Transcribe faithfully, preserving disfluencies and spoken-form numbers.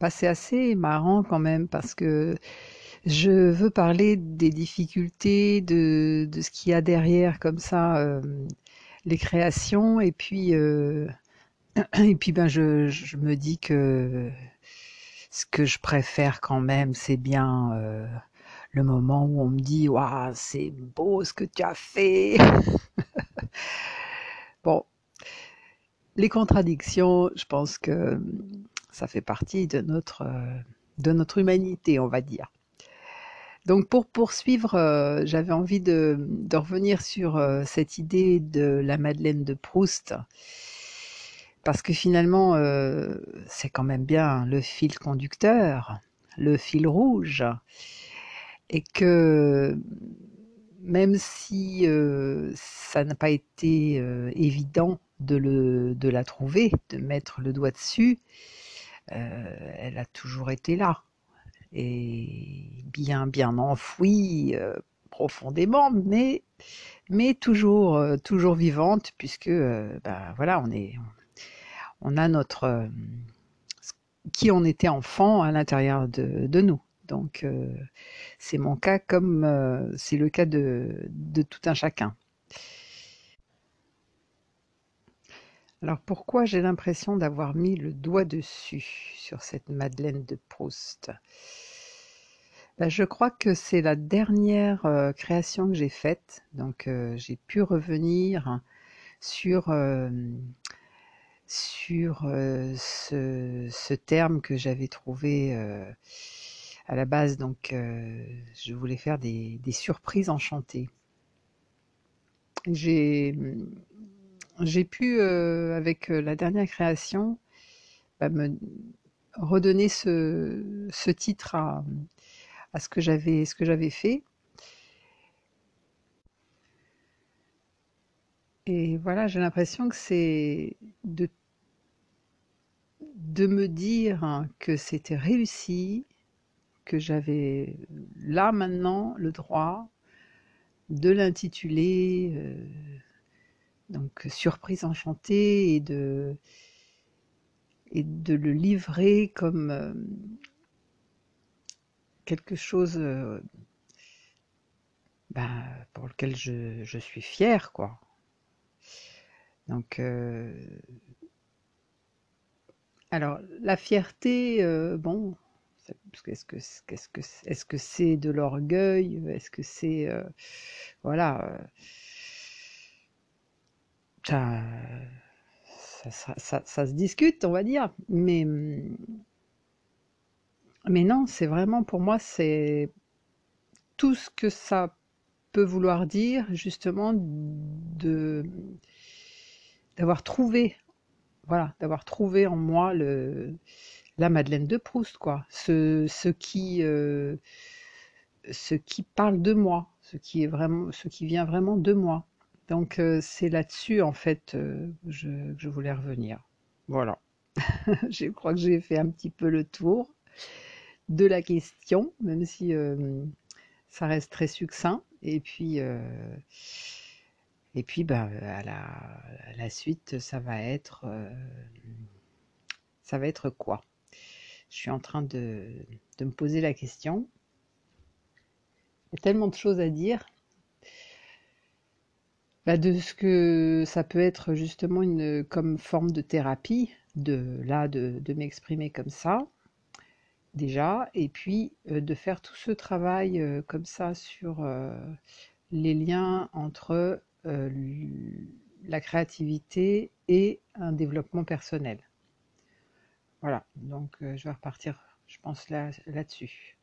Bah, c'est assez marrant quand même parce que je veux parler des difficultés, de, de ce qu'il y a derrière comme ça, euh, les créations, et puis, euh, et puis ben je, je me dis que ce que je préfère quand même, c'est bien euh, le moment où on me dit waouh, c'est beau ce que tu as fait. Bon, les contradictions, je pense que ça fait partie de notre, euh, de notre humanité, on va dire. Donc pour poursuivre, euh, j'avais envie de, de revenir sur euh, cette idée de la Madeleine de Proust, parce que finalement, euh, c'est quand même bien le fil conducteur, le fil rouge, et que même si euh, ça n'a pas été euh, évident de, le, de la trouver, de mettre le doigt dessus, euh, elle a toujours été là et bien bien enfouie euh, profondément, mais mais toujours euh, toujours vivante puisque euh, bah, voilà, on est on a notre euh, qui on était enfant à l'intérieur de, de nous. Donc euh, c'est mon cas comme euh, c'est le cas de, de tout un chacun. Alors pourquoi j'ai l'impression d'avoir mis le doigt dessus sur cette Madeleine de Proust? Ben, je crois que c'est la dernière euh, création que j'ai faite, donc euh, j'ai pu revenir sur, euh, sur euh, ce, ce terme que j'avais trouvé euh, à la base, donc euh, je voulais faire des, des surprises enchantées. J'ai j'ai pu, euh, avec la dernière création, bah, me redonner ce, ce titre à, à ce que j'avais ce que j'avais fait. Et voilà, j'ai l'impression que c'est de, de me dire que c'était réussi, que j'avais là maintenant le droit de l'intituler euh, donc Surprise enchantée et de, et de le livrer comme euh, quelque chose euh, ben, pour lequel je, je suis fière, quoi. Donc, euh, alors, la fierté, euh, bon, est-ce que est-ce que est-ce que c'est de l'orgueil? Est-ce que c'est euh, voilà, euh, ça, ça, ça, ça, se discute, on va dire. Mais mais non, c'est vraiment pour moi, c'est tout ce que ça peut vouloir dire, justement, de d'avoir trouvé, voilà, d'avoir trouvé en moi le la Madeleine de Proust, quoi. Ce, ce qui euh, ce qui parle de moi, ce qui est vraiment, ce qui vient vraiment de moi. Donc euh, c'est là-dessus en fait euh, je, que je voulais revenir. Voilà. Je crois que j'ai fait un petit peu le tour de la question, même si euh, ça reste très succinct. Et puis euh, et puis bah, à la, à la suite, ça va être euh, ça va être quoi? Je suis en train de, de me poser la question. Il y a tellement de choses à dire. Bah, de ce que ça peut être justement une comme forme de thérapie, de là, de, de m'exprimer comme ça, déjà, et puis euh, de faire tout ce travail euh, comme ça sur euh, les liens entre euh, la créativité et un développement personnel. Voilà, donc euh, je vais repartir, je pense, là, là-dessus.